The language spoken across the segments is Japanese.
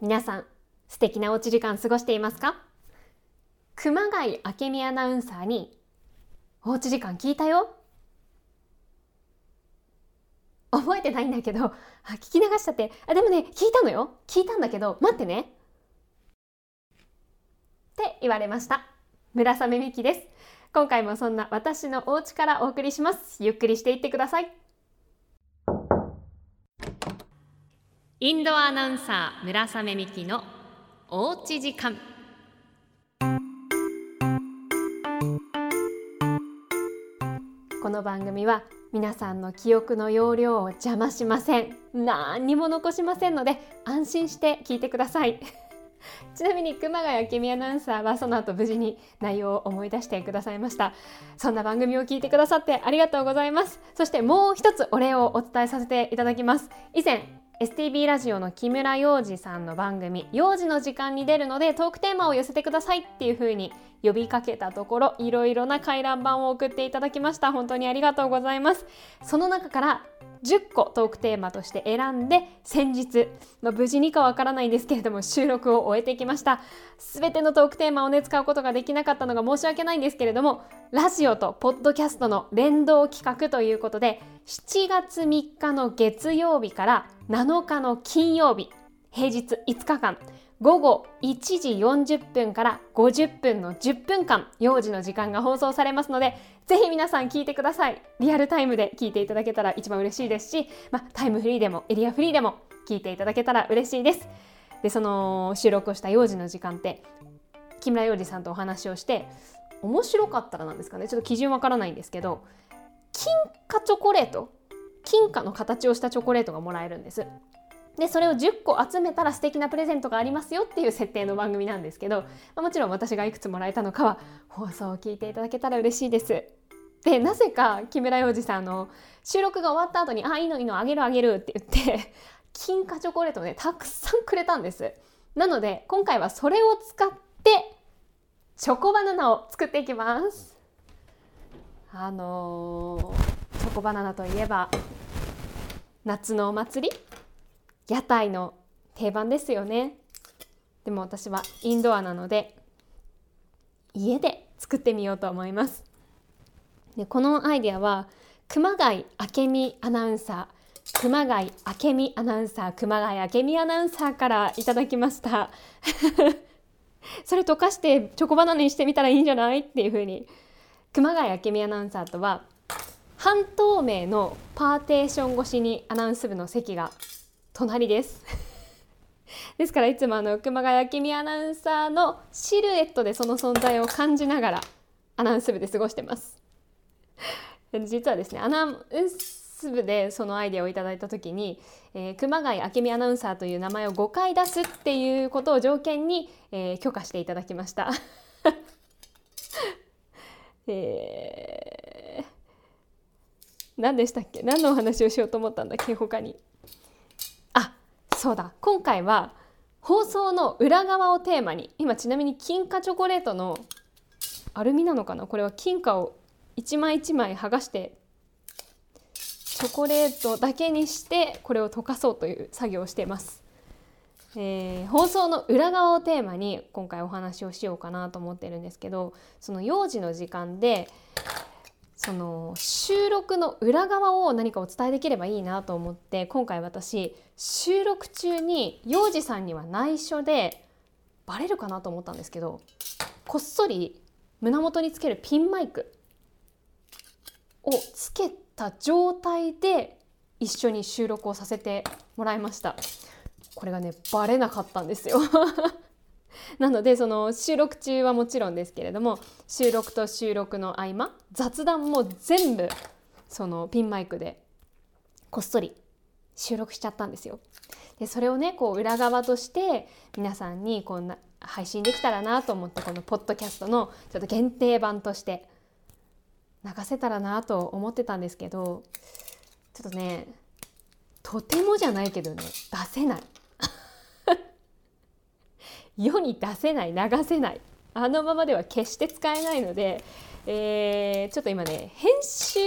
皆さん、素敵なおうち時間過ごしていますか？熊谷明美アナウンサーにおうち時間聞いたよ。覚えてないんだけど、聞き流しちゃって、でもね、聞いたのよ。聞いたんだけど、待ってね。って言われました。村雨美希です。今回もそんな私のお家からお送りします。ゆっくりしていってください。インドアナウンサー村雨美希のおうち時間。この番組は皆さんの記憶の容量を邪魔しません。何にも残しませんので安心して聞いてください。ちなみに熊谷明美アナウンサーはその後無事に内容を思い出してくださいました。そんな番組を聞いてくださってありがとうございます。そしてもう一つお礼をお伝えさせていただきます。以前STB ラジオの木村洋二さんの番組幼児の時間に出るのでトークテーマを寄せてくださいっていう風に呼びかけたところ、いろいろな回覧板を送っていただきました。本当にありがとうございます。その中から10個トークテーマとして選んで先日、無事にかわからないんですけれども収録を終えてきました。すべてのトークテーマを使うことができなかったのが申し訳ないんですけれども、ラジオとポッドキャストの連動企画ということで7月3日の月曜日から7日の金曜日、平日5日間午後1時40分から50分の10分間幼児の時間が放送されますので、ぜひ皆さん聞いてください。リアルタイムで聞いていただけたら一番嬉しいですし、タイムフリーでもエリアフリーでも聞いていただけたら嬉しいです。で、その収録をした幼児の時間って木村洋二さんとお話をして、面白かったらなんですかね、ちょっと基準わからないんですけど、金貨チョコレート、金貨の形をしたチョコレートがもらえるんです。でそれを10個集めたら素敵なプレゼントがありますよっていう設定の番組なんですけど、もちろん私がいくつもらえたのかは放送を聞いていただけたら嬉しいです。でなぜか木村洋二さんの収録が終わった後にいいのあげるって言って金貨チョコレートをたくさんくれたんです。なので今回はそれを使ってチョコバナナを作っていきます。チョコバナナといえば夏のお祭り、屋台の定番ですよね。でも私はインドアなので家で作ってみようと思います。でこのアイデアは熊谷明美アナウンサー、熊谷明美アナウンサー、熊谷明美アナウンサーからいただきました。それ溶かしてチョコバナナにしてみたらいいんじゃないっていう風に。熊谷明美アナウンサーとは半透明のパーテーション越しにアナウンス部の席が隣です。ですからいつも熊谷明美アナウンサーのシルエットでその存在を感じながらアナウンス部で過ごしてます。実はですね、アナウンス部でそのアイデアをいただいた時に、熊谷明美アナウンサーという名前を5回出すっていうことを条件に、許可していただきました。何でしたっけ？何のお話をしようと思ったんだっけ？他に。そうだ、今回は放送の裏側をテーマに、今ちなみに金貨チョコレートのアルミなのかな、これは金貨を一枚一枚剥がしてチョコレートだけにしてこれを溶かそうという作業をしています。放送の裏側をテーマに今回お話をしようかなと思ってるんですけど、その幼児の時間でその収録の裏側を何かお伝えできればいいなと思って、今回私収録中に幼児さんには内緒でバレるかなと思ったんですけど、こっそり胸元につけるピンマイクをつけた状態で一緒に収録をさせてもらいました。これがねバレなかったんですよ。なのでその収録中はもちろんですけれども、収録と収録の合間、雑談も全部そのピンマイクでこっそり収録しちゃったんですよ。でそれをねこう裏側として皆さんにこんな配信できたらなと思って、このポッドキャストのちょっと限定版として流せたらなと思ってたんですけど、ちょっとねとてもじゃないけどね出せない。世に出せない、流せない、あのままでは決して使えないので、ちょっと今ね編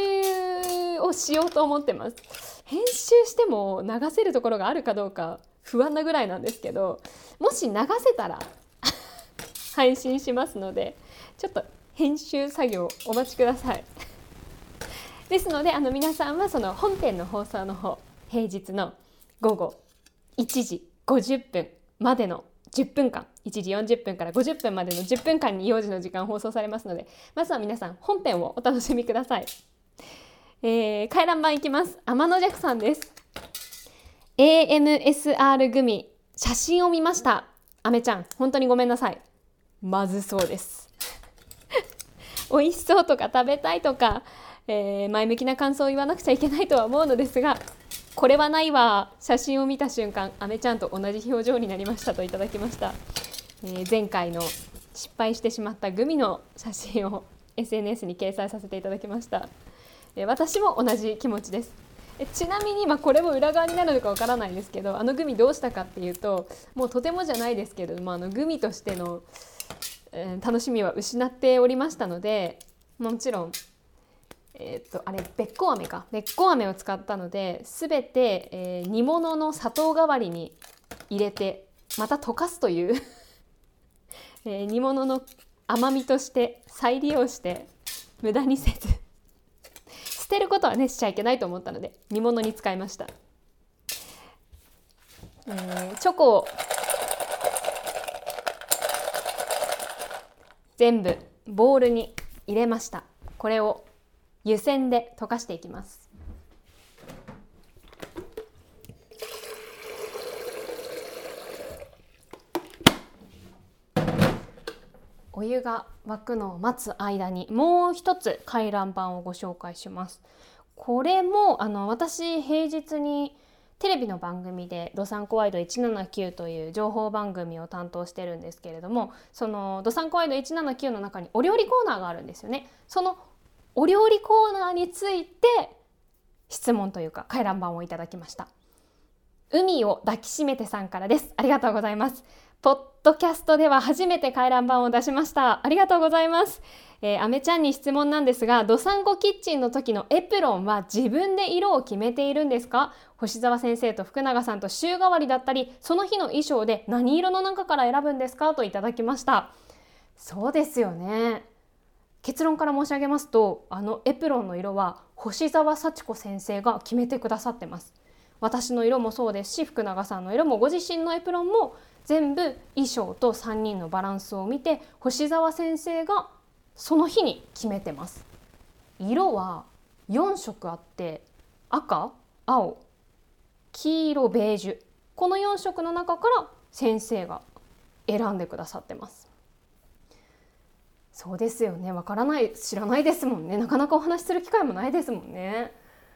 集をしようと思ってます。編集しても流せるところがあるかどうか不不安なぐらいなんですけど、もし流せたら配信しますので、ちょっと編集作業お待ちくださいですので皆さんはその本編の放送の方、平日の午後1時50分までの10分間、1時40分から50分までの10分間に幼児の時間放送されますので、まずは皆さん本編をお楽しみください。回覧板いきます。天野寂さんです。 AMSR グミ写真を見ました。あめちゃん本当にごめんなさい、まずそうです美味しそうとか食べたいとか、前向きな感想を言わなくちゃいけないとは思うのですが、これはないわ、写真を見た瞬間あめちゃんと同じ表情になりましたといただきました。前回の失敗してしまったグミの写真を SNS に掲載させていただきました。私も同じ気持ちです。ちなみにこれも裏側になるのかわからないんですけど、グミどうしたかっていうと、もうとてもじゃないですけども、グミとしての、楽しみは失っておりましたので、もちろんあれべっこ飴か、べっこ飴を使ったので、全て、煮物の砂糖代わりに入れてまた溶かすという煮物の甘みとして再利用して無駄にせず捨てることはねしちゃいけないと思ったので煮物に使いました。チョコを全部ボウルに入れました。これを湯煎で溶かしていきます。お湯が沸くのを待つ間にもう一つ回覧板をご紹介します。これも私平日にテレビの番組でどさんこワイド179という情報番組を担当してるんですけれども、そのどさんこワイド179の中にお料理コーナーがあるんですよね。そのお料理コーナーについて質問というか回覧板をいただきました。海を抱きしめてさんからです。ありがとうございます。ポッドキャストでは初めて回覧板を出しました。ありがとうございます。あめちゃんに質問なんですが、どさんこキッチンの時のエプロンは自分で色を決めているんですか？星沢先生と福永さんと週替わりだったり、その日の衣装で何色の中から選ぶんですかといただきました。そうですよね。結論から申し上げますと、エプロンの色は星沢幸子先生が決めてくださってます。私の色もそうですし、福永さんの色もご自身のエプロンも全部衣装と3人のバランスを見て星沢先生がその日に決めてます。色は4色あって、赤、青、黄色、ベージュ、この4色の中から先生が選んでくださってます。そうですよね。わからない、知らないですもんね。なかなかお話しする機会もないですもんね。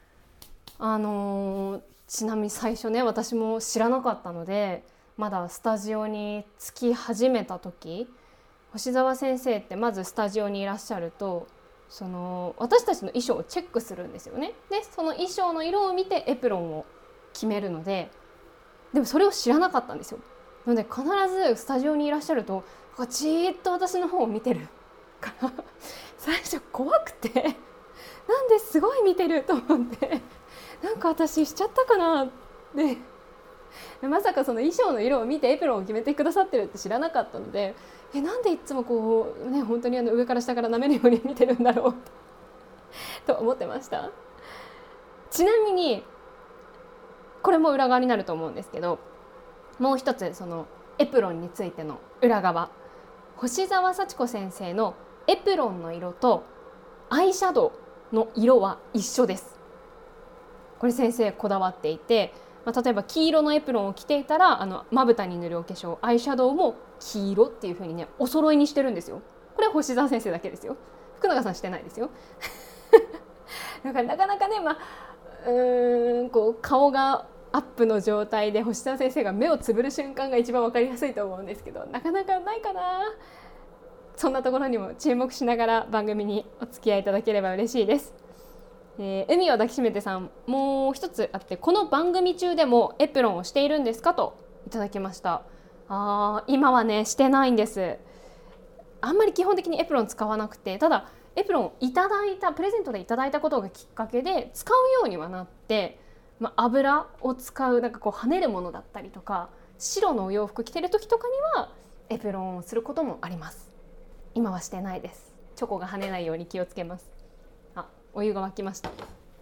ちなみに最初ね、私も知らなかったので、まだスタジオに着き始めた時、星沢先生ってまずスタジオにいらっしゃると、私たちの衣装をチェックするんですよね。でその衣装の色を見てエプロンを決めるので、でもそれを知らなかったんですよ。なので必ずスタジオにいらっしゃるとじーっと私の方を見てるから最初怖くてなんですごい見てると思って、なんか私しちゃったかなってまさかその衣装の色を見てエプロンを決めてくださってるって知らなかったので、なんでいつもこうね、本当に上から下から舐めるように見てるんだろうと思ってました。ちなみにこれも裏側になると思うんですけど、もう一つそのエプロンについての裏側、星沢幸子先生のエプロンの色とアイシャドウの色は一緒です。これ先生こだわっていて、例えば黄色のエプロンを着ていたらまぶたに塗るお化粧、アイシャドウも黄色っていう風にね、お揃いにしてるんですよ。これは星沢先生だけですよ。福永さんしてないですよだからなかなかね、こう顔がアップの状態で星沢先生が目をつぶる瞬間が一番わかりやすいと思うんですけど、なかなかないかな。そんなところにも注目しながら番組にお付き合いいただければ嬉しいです。海を抱きしめてさん、もう一つあって、この番組中でもエプロンをしているんですかといただきました。今はねしてないんです。あんまり基本的にエプロン使わなくて、ただエプロンをプレゼントでいただいたことがきっかけで使うようにはなって、油を使うなんかこう跳ねるものだったりとか、 白のお洋服着てる時とかにはエプロンをすることもあります。今はしてないです。チョコが跳ねないように気をつけます。お湯が沸きました。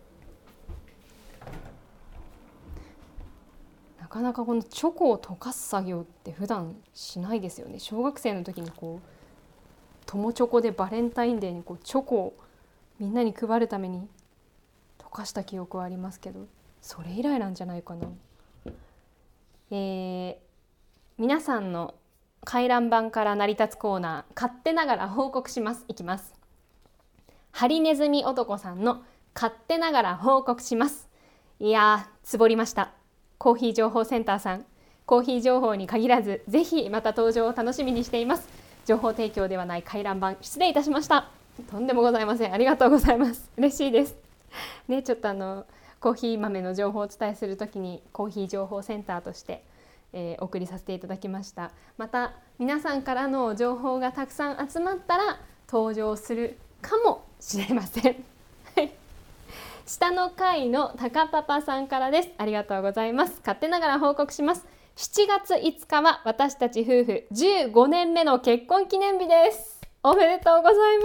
なかなかこのチョコを溶かす作業って普段しないですよね。小学生の時に友チョコでバレンタインデーにチョコをみんなに配るために溶かした記憶はありますけど、それ以来なんじゃないかな。皆さんの回覧板から成り立つコーナー、勝手ながら報告します。いきます。ハリネズミ男さんの勝手ながら報告します。いやー、つぼりました。コーヒー情報センターさん、コーヒー情報に限らずぜひまた登場を楽しみにしています。情報提供ではない回覧板、失礼いたしました。とんでもございません。ありがとうございます。嬉しいですね。ちょっとコーヒー豆の情報をお伝えするときにコーヒー情報センターとしてお送りさせていただきました。また皆さんからの情報がたくさん集まったら登場するかもしれません下の階のたかパパさんからです。ありがとうございます。勝手ながら報告します。7月5日は私たち夫婦15年目の結婚記念日です。おめでとうございます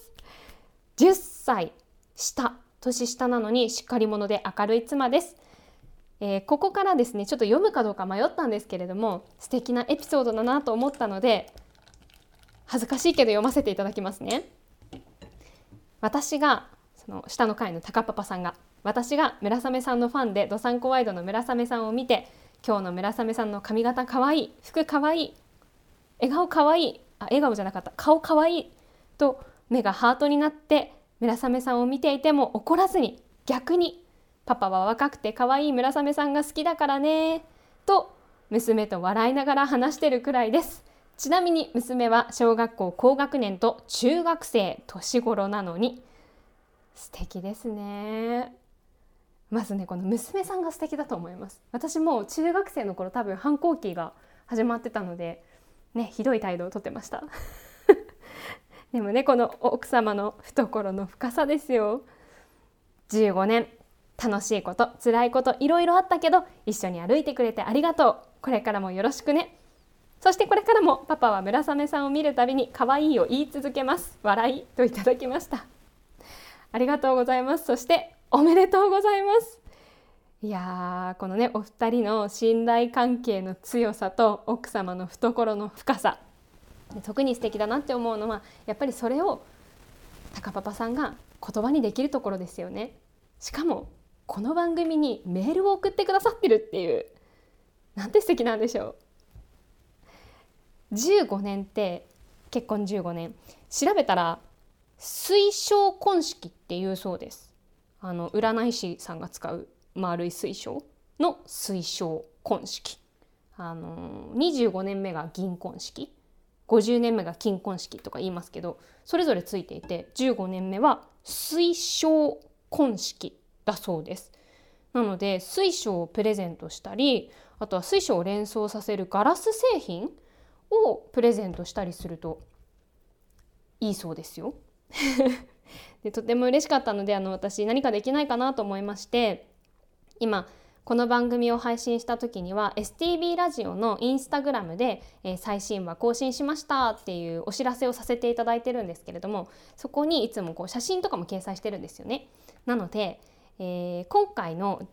。10歳年下なのにしっかり者で明るい妻です。ここからですね、ちょっと読むかどうか迷ったんですけれども、素敵なエピソードだなと思ったので恥ずかしいけど読ませていただきますね。私がその下の階のたかパパさんが、私が村雨さんのファンでどさんこワイドの村雨さんを見て、今日の村雨さんの髪型かわいい、服かわいい、笑顔かわいい、笑顔じゃなかった、顔かわいいと目がハートになって村雨さんを見ていても怒らずに、逆にパパは若くてかわいい村雨さんが好きだからねと娘と笑いながら話してるくらいです。ちなみに娘は小学校高学年と中学生年頃なのに素敵ですね。まずね、この娘さんが素敵だと思います。私も中学生の頃多分反抗期が始まってたのでね、ひどい態度をとってましたでもね、この奥様の懐の深さですよ。15年楽しいこと辛いこといろいろあったけど一緒に歩いてくれてありがとう。これからもよろしくね。そしてこれからもパパは村雨さんを見るたびに可愛いを言い続けます。笑いといただきました。ありがとうございます。そしておめでとうございます。いやー、このね、お二人の信頼関係の強さと奥様の懐の深さ、特に素敵だなって思うのはやっぱりそれをたかパパさんが言葉にできるところですよね。しかもこの番組にメールを送ってくださってるっていう、なんて素敵なんでしょう。15年って結婚15年調べたら水晶婚式っていうそうです。占い師さんが使う丸い水晶の水晶婚式、25年目が銀婚式、50年目が金婚式とか言いますけど、それぞれついていて15年目は水晶婚式だそうです。なので水晶をプレゼントしたり、あとは水晶を連想させるガラス製品をプレゼントしたりするといいそうですよでとても嬉しかったので私何かできないかなと思いまして、今この番組を配信した時には STB ラジオのインスタグラムで、最新話更新しましたっていうお知らせをさせていただいてるんですけれども、そこにいつも写真とかも掲載してるんですよね。なので、今回の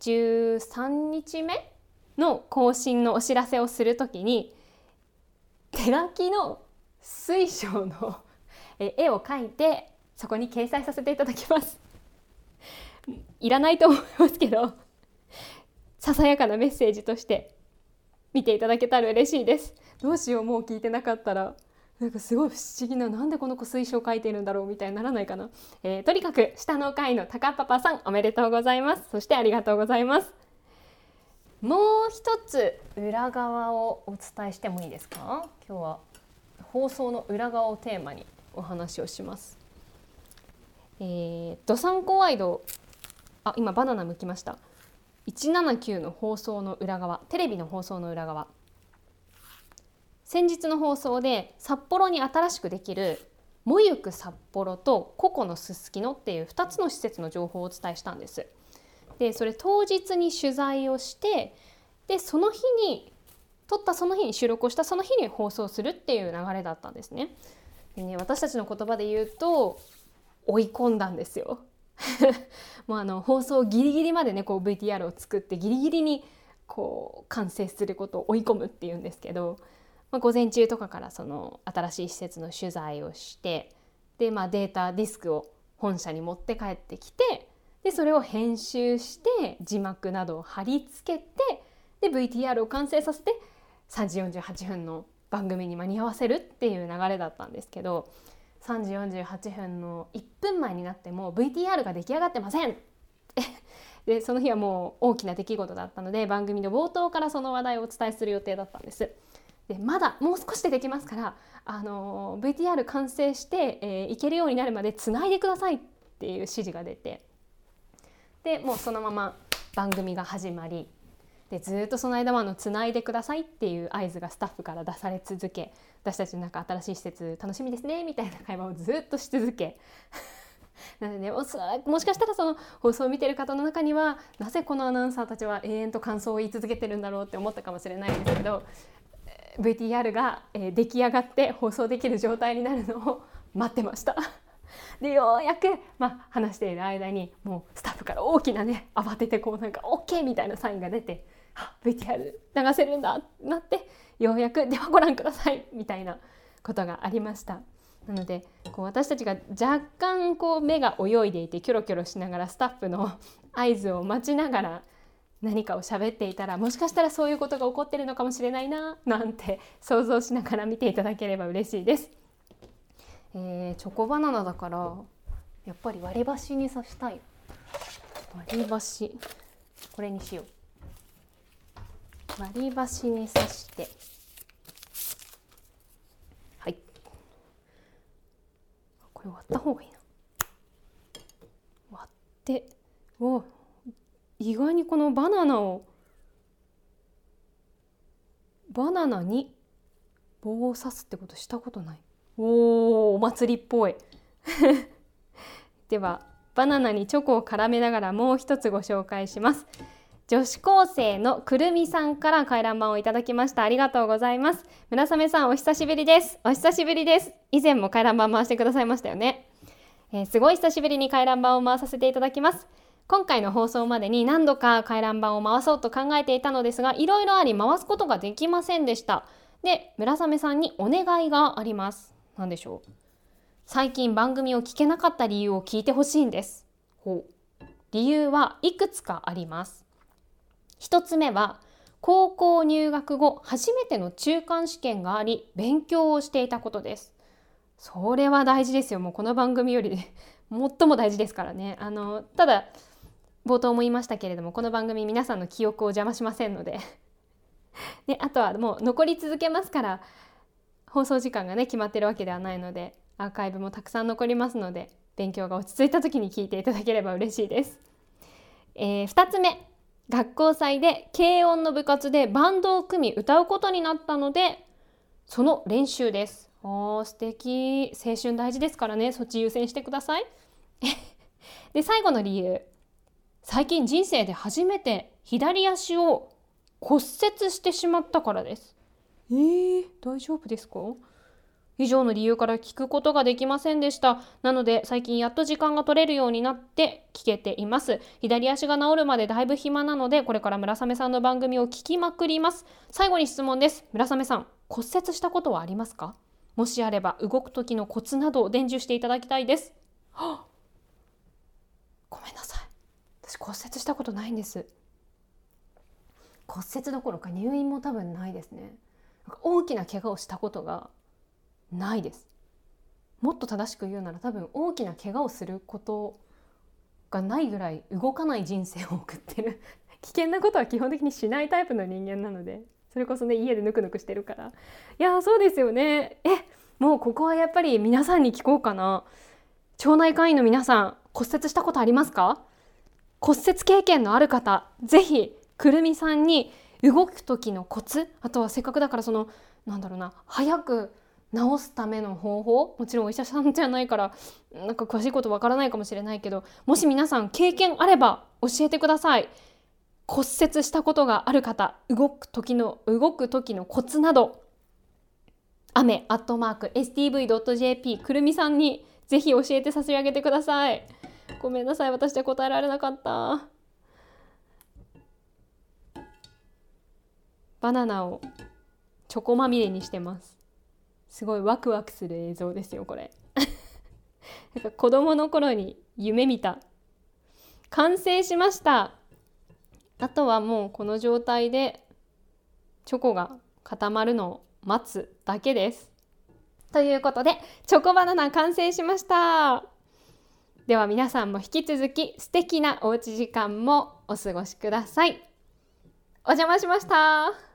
13日目の更新のお知らせをする時に手書きの水晶の絵を描いてそこに掲載させていただきます。いらないと思いますけど、ささやかなメッセージとして見ていただけたら嬉しいです。どうしよう、もう聞いてなかったらなんかすごい不思議な、なんでこの子水晶描いてるんだろうみたいにならないかな。とにかく下の階のたかパパさんおめでとうございます。そしてありがとうございます。もう一つ裏側をお伝えしてもいいですか。今日は放送の裏側をテーマにお話をします。どさんこワイド、今バナナ剥きました。179の放送の裏側、テレビの放送の裏側、先日の放送で札幌に新しくできるもゆく札幌とココのすすきのっていう2つの施設の情報をお伝えしたんです。でそれ当日に取材をして、でその日に撮ったその日に、収録をしたその日に放送するっていう流れだったんですね。でね、私たちの言葉で言うと追い込んだんですよもう放送ギリギリまでねこう VTR を作ってギリギリにこう完成することを追い込むっていうんですけど、午前中とかからその新しい施設の取材をして、で、データディスクを本社に持って帰ってきて、でそれを編集して字幕などを貼り付けて、で VTR を完成させて3時48分の番組に間に合わせるっていう流れだったんですけど、3時48分の1分前になっても VTR が出来上がってませんでその日はもう大きな出来事だったので、番組の冒頭からその話題をお伝えする予定だったんです。でまだもう少しでできますから、VTR 完成して、いけるようになるまでつないでくださいっていう指示が出て、でもうそのまま番組が始まり、でずっとその間はつないでくださいっていう合図がスタッフから出され続け、私たちの新しい施設楽しみですねみたいな会話をずっとし続けなのでね、もしかしたらその放送を見てる方の中には、なぜこのアナウンサーたちは永遠と感想を言い続けてるんだろうって思ったかもしれないんですけど、VTR が出来上がって放送できる状態になるのを待ってましたでようやく、話している間にもうスタッフから大きなね慌ててこうなんか OK みたいなサインが出て、VTR 流せるんだってなって、ようやくではご覧くださいみたいなことがありました。なのでこう私たちが若干こう目が泳いでいてキョロキョロしながらスタッフの合図を待ちながら何かを喋っていたら、もしかしたらそういうことが起こってるのかもしれないななんて想像しながら見ていただければ嬉しいです。チョコバナナだからやっぱり割り箸に刺したい。割り箸これにしよう。割り箸に刺して、はい、これ割った方がいいな。割って、意外にこのバナナに棒を刺すってことしたことない。お祭りっぽいではバナナにチョコを絡めながらもう一つご紹介します。女子高生のくるみさんから回覧板をいただきました。ありがとうございます。村雨さん、お久しぶりです。お久しぶりです。以前も回覧板回してくださいましたよね。すごい久しぶりに回覧板を回させていただきます。今回の放送までに何度か回覧板を回そうと考えていたのですが、いろいろあり回すことができませんでした。で、村雨さんにお願いがあります。何でしょう。最近番組を聞けなかった理由を聞いてほしいんです。理由はいくつかあります。一つ目は、高校入学後初めての中間試験があり勉強をしていたことです。それは大事ですよ。もうこの番組より最も大事ですからね。ただ冒頭も言いましたけれども、この番組皆さんの記憶を邪魔しませんのでで、あとはもう残り続けますから、放送時間がね決まってるわけではないので、アーカイブもたくさん残りますので、勉強が落ち着いた時に聞いていただければ嬉しいです。2つ目、学校祭で軽音の部活でバンドを組み歌うことになったので、その練習です。素敵。青春大事ですからね、そっち優先してくださいで、最後の理由、最近人生で初めて左足を骨折してしまったからです。大丈夫ですか？以上の理由から聞くことができませんでした。なので最近やっと時間が取れるようになって聞けています。左足が治るまでだいぶ暇なので、これから村雨さんの番組を聞きまくります。最後に質問です。村雨さん、骨折したことはありますか？もしあれば動く時のコツなどを伝授していただきたいです。ごめんなさい、私骨折したことないんです。骨折どころか入院も多分ないですね。大きな怪我をしたことがないです。もっと正しく言うなら、多分大きな怪我をすることがないぐらい動かない人生を送ってる危険なことは基本的にしないタイプの人間なので、それこそね、家でぬくぬくしてるから。いや、そうですよね。もうここはやっぱり皆さんに聞こうかな。腸内科医の皆さん、骨折したことありますか？骨折経験のある方、ぜひくるみさんに動く時のコツ、あとはせっかくだから早く治すための方法、もちろんお医者さんじゃないから詳しいことわからないかもしれないけど、もし皆さん経験あれば教えてください。 骨折したことがある方、動く時のコツなど、ame@stv.jp くるみさんにぜひ教えて差し上げてください。ごめんなさい、私じゃ答えられなかった。バナナをチョコまみれにしてます。すごいワクワクする映像ですよこれ。なんか子供の頃に夢見た。完成しました。あとはもうこの状態でチョコが固まるのを待つだけです。ということでチョコバナナ完成しました。では皆さんも引き続き素敵なおうち時間もお過ごしください。お邪魔しました。